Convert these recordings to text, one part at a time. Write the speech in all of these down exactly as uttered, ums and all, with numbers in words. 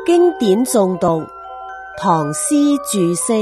經典誦讀，唐詩注釋。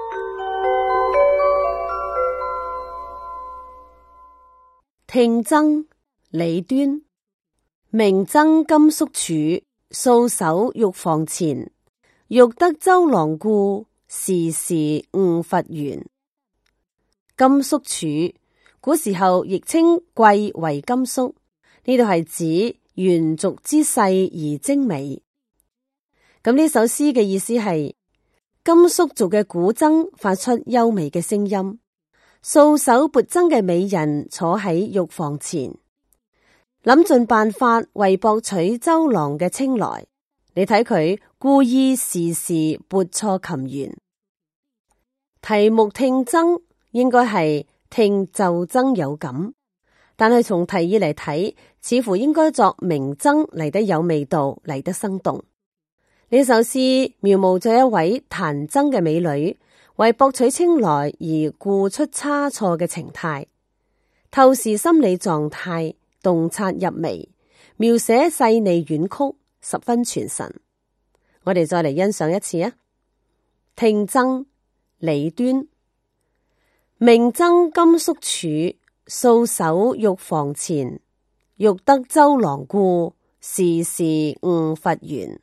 聽僧，李端。明僧甘肅處，素守玉房前。欲得周郎顧，時時悟佛緣。甘肅處，古時候亦稱貴為甘肅，呢度係指圓族之細而精美。咁呢首詩嘅意思係，甘肅族嘅古箏發出優美嘅聲音，素手撥箏嘅美人坐喺玉房前，諗盡辦法為博取周郎嘅青睞。你睇佢故意時時撥錯琴弦。題目聽僧應該係聽奏箏有感，但係從題意嚟睇，似乎應該作明僧嚟得有味道，嚟得生動。呢首詩描摹咗一位彈箏嘅美女，為博取青睞而顧出差錯嘅情態，透視心理狀態，洞察入微，描寫細膩婉曲，十分傳神。我哋再嚟欣賞一次啊！聽僧，李端。明僧甘肅處，素守玉房前。欲得周郎顧，時時悟佛緣。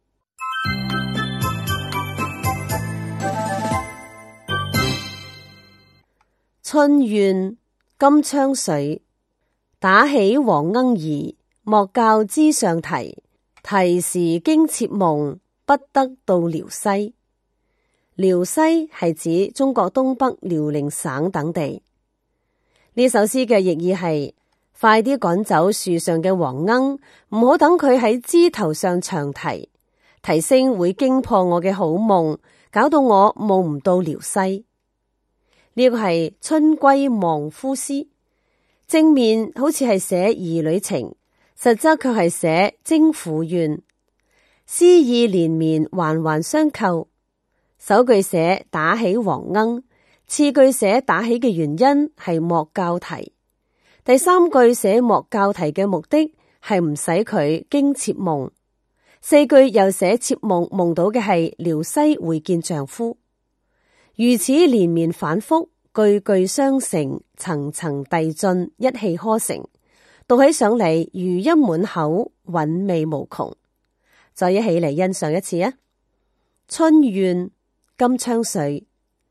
春怨，金槍水。打起黃鶯兒，莫教枝上啼。啼時驚妾夢，不得到遼西。遼西係指中國東北遼寧省等地。呢首詩嘅譯意係：快啲趕走樹上嘅黃鶯，唔好等佢喺枝頭上長啼，啼聲會驚破我嘅好夢，搞到我夢唔到遼西。呢個係春閨望夫詩，正面好似係寫兒女情，實則卻係寫征婦怨，詩意連綿，環環相扣。首句寫打起黃鶯，次句寫打起嘅原因係莫教啼，第三句寫莫教啼嘅目的係唔使佢驚妾夢，四句又寫妾夢夢到嘅係遼西會見丈夫。如此連綿反覆，句句相承，層層遞進，一氣呵成，讀起上嚟餘音滿口，韻味無窮。再一起嚟欣賞一次啊！春怨，金槍水。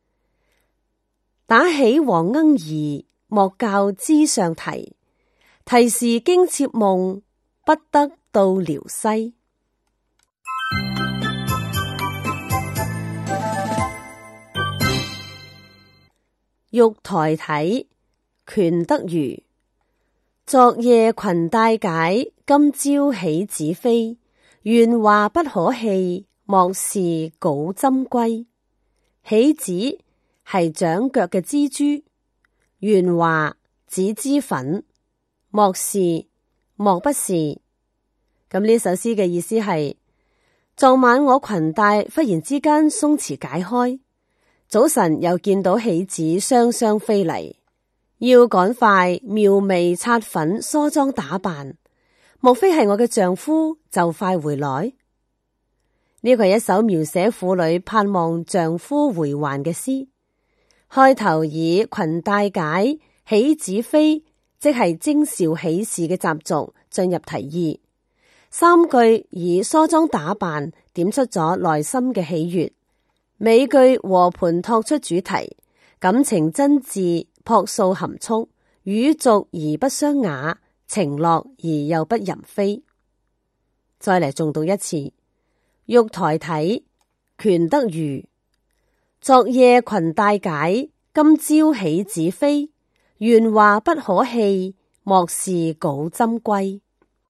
打起黃鶯兒，莫教枝上啼。啼時驚妾夢，不得到遼西。玉台體，權德瑜。昨夜裙帶解，今朝起子飛。鉛華不可棄，莫是稿針歸。起子係長腳嘅蜘蛛，鉛華指脂粉，莫是莫不是。咁呢首詩嘅意思係：昨晚我裙帶忽然之間鬆弛解開，早晨又見到喜子雙雙飛嚟，要趕快描眉擦粉梳妝打扮，莫非係我嘅丈夫就快回來？呢個係一首描寫婦女盼望丈夫回還嘅詩。開頭以裙帶解，喜子飛，即係徵兆喜事嘅習俗進入題意。三句以梳妝打扮點出咗內心嘅喜悅。尾句和盤托出主題，感情真摯，樸素含蓄，語俗而不相雅，情樂而又不淫非。再嚟重讀一次：玉台體，權德瑜。昨夜裙帶解，今朝喜子飛。鉛華不可棄，莫是稿針歸。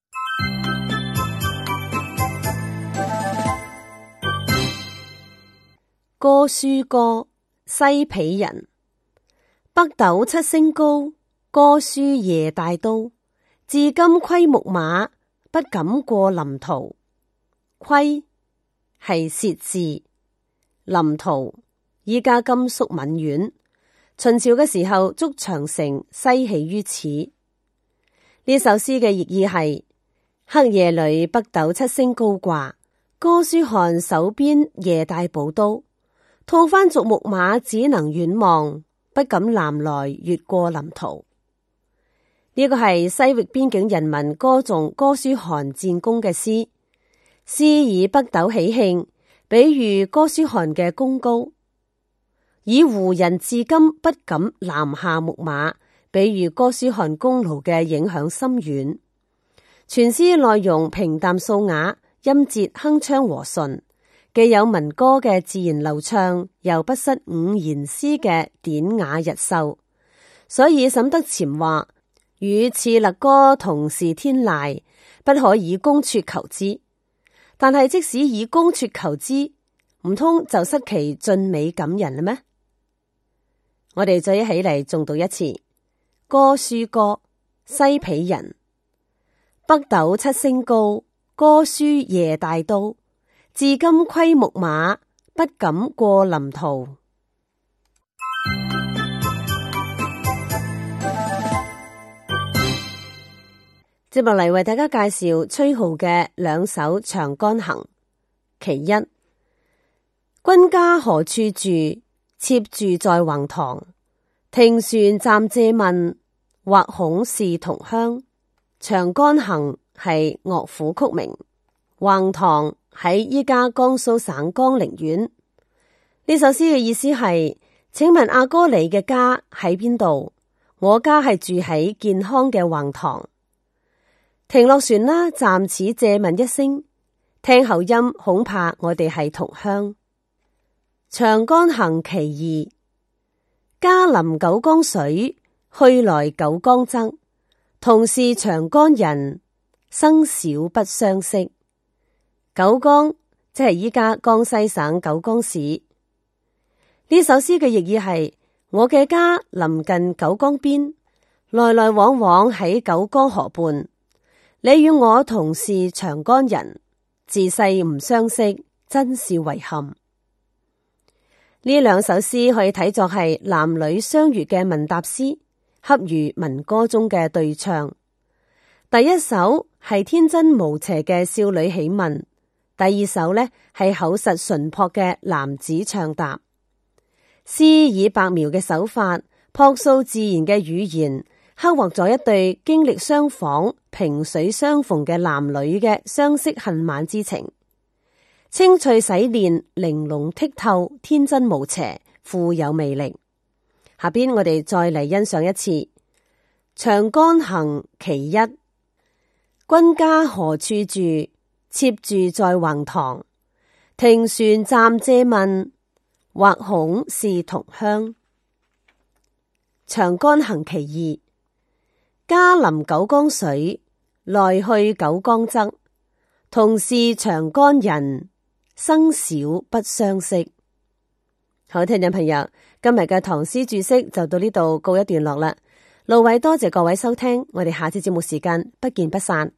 哥舒歌，西鄙人。北斗七星高，哥舒夜帶刀。至今窺牧馬，不敢過臨洮。窺係涉字，臨洮依家甘肅岷縣。秦朝嘅時候，築長城西起於此。呢首詩嘅譯意係：黑夜裏北斗七星高掛， 哥舒翰守邊夜帶寶刀，吐蕃族牧馬只能遠望，不敢南來越過臨洮。呢個係西域邊境人民歌頌哥舒翰戰功嘅詩，詩以北斗喜慶，比喻哥舒翰嘅功高；以胡人至今不敢南下牧馬，比喻哥舒翰功勞嘅影響深遠。全詩內容平淡素雅，音節鏗鏘和順，既有民歌嘅自然流暢，又不失五言詩嘅典雅逸秀。所以沈德潛話：與敕勒歌同是天籟，不可以公撮求之。但係即使以公撮求之，唔通就失其俊美感人啦咩？我哋再一起嚟重讀一次哥舒歌，西鄙人。北斗七星高，哥舒夜帶刀。至今規牧馬，不敢過臨洮。接落嚟為大家介紹崔顥嘅兩首《長干行》。其一，君家何處住？妾住在橫塘。停船暫借問，或恐是同鄉。長干行係樂府曲名，橫塘喺依家江蘇省江陵縣。呢首詩嘅意思係：請問阿哥你嘅家喺邊度？我家係住喺健康嘅橫塘。停落船啦，暫此借問一聲，聽口音恐怕我哋係同鄉。長干行其二，家臨九江水，去來九江側。同是長干人，生少不相識。九江即係依家江西省九江市。呢首詩嘅譯意係：我嘅家臨近九江邊，來來往往喺九江河畔。你與我同是長干人，自細唔相識，真是遺憾。呢兩首詩可以睇作係男女相遇嘅問答詩，恰如民歌中嘅對唱。第一首係天真無邪嘅少女喜問，第二首呢係厚實淳樸嘅男子唱答。詩以白描嘅手法，樸素自然嘅語言，刻畫咗一對經歷相仿、萍水相逢嘅男女嘅相識恨晚之情，清脆洗練，玲瓏剔透，天真無邪，富有魅力。下邊我哋再嚟欣賞一次《長干行》其一。君家何處住？妾住在橫塘。停船暫借問，或恐是同鄉。《長干行》其二。家臨九江水，來去九江側。同是長干人，生少不相識。好，聽眾朋友，今日嘅唐詩注釋就到呢度告一段落啦。路偉多謝各位收聽，我哋下次節目時間不見不散。